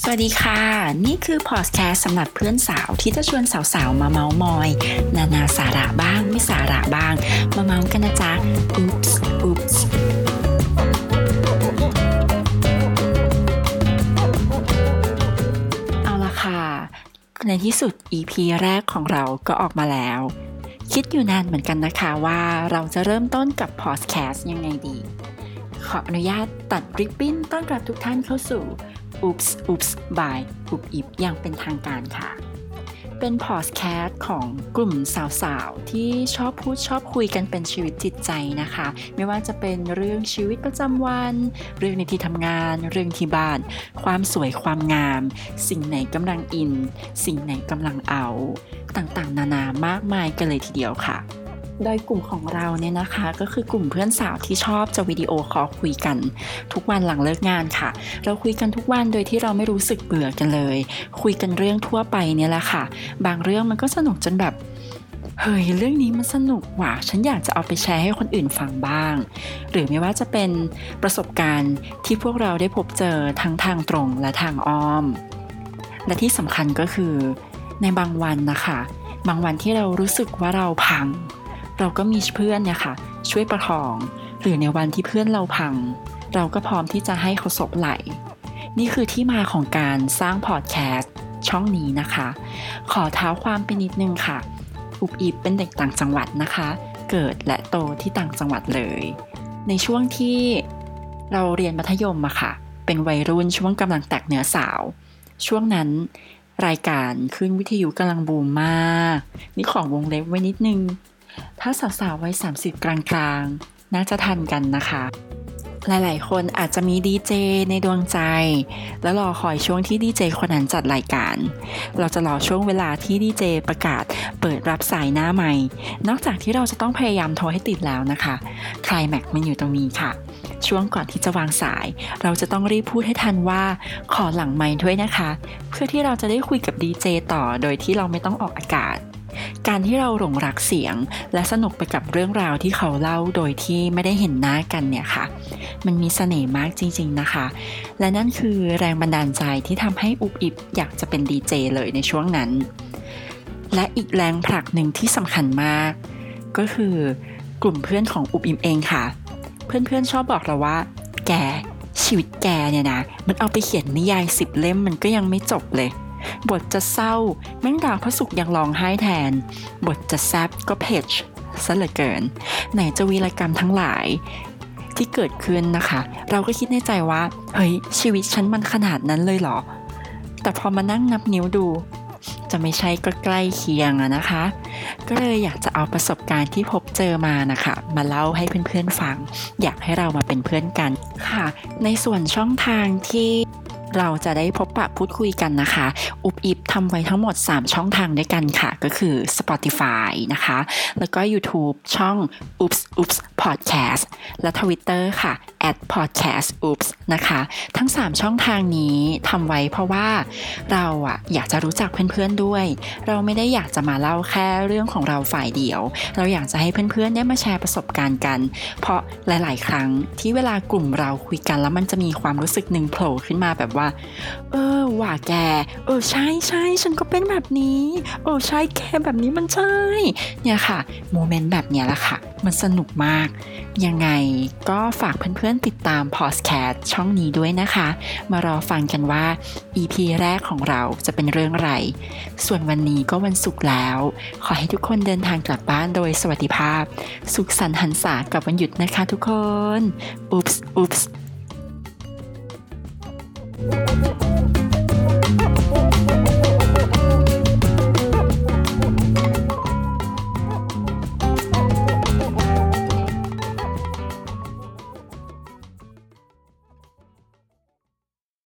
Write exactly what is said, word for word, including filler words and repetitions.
สวัสดีค่ะนี่คือพอดแคสต์สำหรับเพื่อนสาวที่จะชวนสาวๆมาเมาท์มอยนานาสาระบ้างไม่สาระบ้างมาเมาท์กันนะจ๊ะอุ๊ปส์อุ๊ปส์เอาล่ะค่ะในที่สุด อี พี แรกของเราก็ออกมาแล้วคิดอยู่นานเหมือนกันนะคะว่าเราจะเริ่มต้นกับพอดแคสต์ยังไงดีขออนุญาตตัดริบบิ้นต้อนรับทุกท่านเข้าสู่Oops Oops by อุ๊บอิ๊บอย่างเป็นทางการค่ะเป็นพอดแคสต์ของกลุ่มสาวๆที่ชอบพูดชอบคุยกันเป็นชีวิตจิตใจนะคะไม่ว่าจะเป็นเรื่องชีวิตประจำวันเรื่องในที่ทำงานเรื่องที่บ้านความสวยความงามสิ่งไหนกำลังอินสิ่งไหนกำลังเอาต่างๆนานามากมายกันเลยทีเดียวค่ะโดยกลุ่มของเราเนี่ยนะคะก็คือกลุ่มเพื่อนสาวที่ชอบจะวิดีโอคอลคุยกันทุกวันหลังเลิกงานค่ะเราคุยกันทุกวันโดยที่เราไม่รู้สึกเบื่อกันเลยคุยกันเรื่องทั่วไปเนี่ยแหละค่ะบางเรื่องมันก็สนุกจนแบบเฮ้ยเรื่องนี้มันสนุกว่ะฉันอยากจะเอาไปแชร์ให้คนอื่นฟังบ้างหรือไม่ว่าจะเป็นประสบการณ์ที่พวกเราได้พบเจอทั้งทางตรงและทางอ้อมและที่สำคัญก็คือในบางวันนะคะบางวันที่เรารู้สึกว่าเราพังเราก็มีเพื่อนเนี่ยค่ะช่วยประคองหรือในวันที่เพื่อนเราพังเราก็พร้อมที่จะให้เขาซบไหล่นี่คือที่มาของการสร้างพอดแคสต์ช่องนี้นะคะขอเท้าความไปนิดนึงค่ะอุ๊บอิ๊บเป็นเด็กต่างจังหวัดนะคะเกิดและโตที่ต่างจังหวัดเลยในช่วงที่เราเรียนมัธยมอะค่ะเป็นวัยรุ่นช่วงกำลังแตกเนื้อสาวช่วงนั้นรายการขึ้นวิทยุกำลังบูมมากนี่ของวงเล็บไว้นิดนึงถ้าสาวๆวัยสามสิบกลางๆน่าจะทันกันนะคะหลายๆคนอาจจะมีดีเจในดวงใจแล้วรอคอยช่วงที่ดีเจคนนั้นจัดรายการเราจะรอช่วงเวลาที่ดีเจประกาศเปิดรับสายหน้าไมค์นอกจากที่เราจะต้องพยายามโทรให้ติดแล้วนะคะไคลแม็กซ์มันอยู่ตรงนี้ค่ะช่วงก่อนที่จะวางสายเราจะต้องรีบพูดให้ทันว่าขอหลังไมค์ด้วยนะคะเพื่อที่เราจะได้คุยกับดีเจต่อโดยที่เราไม่ต้องออกอากาศการที่เราหลงรักเสียงและสนุกไปกับเรื่องราวที่เขาเล่าโดยที่ไม่ได้เห็นหน้ากันเนี่ยค่ะมันมีเสน่ห์มากจริงๆนะคะและนั่นคือแรงบันดาลใจที่ทำให้อุ๊บอิ๊บอยากจะเป็นดีเจเลยในช่วงนั้นและอีกแรงผลักหนึ่งที่สำคัญมากก็คือกลุ่มเพื่อนของอุ๊บอิ๊บเองค่ะเพื่อนๆชอบบอกเราว่าแกชีวิตแกเนี่ยนะมันเอาไปเขียนนิยายสิบเล่มมันก็ยังไม่จบเลยบทจะเศร้าแม่งดาวพระศุกร์ยังร้องไห้แทนบทจะแซบก็เพจซะเหลือเกินไหนจะวีรกรรมทั้งหลายที่เกิดขึ้นนะคะเราก็คิดในใจว่าเฮ้ยชีวิตฉันมันขนาดนั้นเลยเหรอแต่พอมานั่งนับนิ้วดูจะไม่ใช่ก็ใกล้เคียงอะนะคะก็เลยอยากจะเอาประสบการณ์ที่พบเจอมานะคะมาเล่าให้เพื่อนๆฟังอยากให้เรามาเป็นเพื่อนกันค่ะในส่วนช่องทางที่เราจะได้พบปะพูดคุยกันนะคะอุ๊บอิ๊บทำไว้ทั้งหมดสามช่องทางด้วยกันค่ะก็คือ Spotify นะคะแล้วก็ YouTube ช่อง Oops Oops Podcast และ Twitter ค่ะ แอท พอดแคสต์ oops นะคะทั้งสามช่องทางนี้ทำไว้เพราะว่าเราอะอยากจะรู้จักเพื่อนๆด้วยเราไม่ได้อยากจะมาเล่าแค่เรื่องของเราฝ่ายเดียวเราอยากจะให้เพื่อนๆได้มาแชร์ประสบการณ์กันเพราะหลายๆครั้งที่เวลากลุ่มเราคุยกันแล้วมันจะมีความรู้สึกหนึ่งโผล่ขึ้นมาแบบว่าเออว่าแกเออใช่ใช่ฉันก็เป็นแบบนี้เออใช่แกแบบนี้มันใช่เนี่ยค่ะโมเมนต์แบบเนี้ยแหละค่ะมันสนุกมากยังไงก็ฝากเพื่อนๆติดตามพอดแคสต์ช่องนี้ด้วยนะคะมารอฟังกันว่า อี พี แรกของเราจะเป็นเรื่องอะไรส่วนวันนี้ก็วันศุกร์แล้วขอให้ทุกคนเดินทางกลับบ้านโดยสวัสดิภาพสุขสันต์หันษากับวันหยุดนะคะทุกคนอุ๊ปส์อุ๊ปส์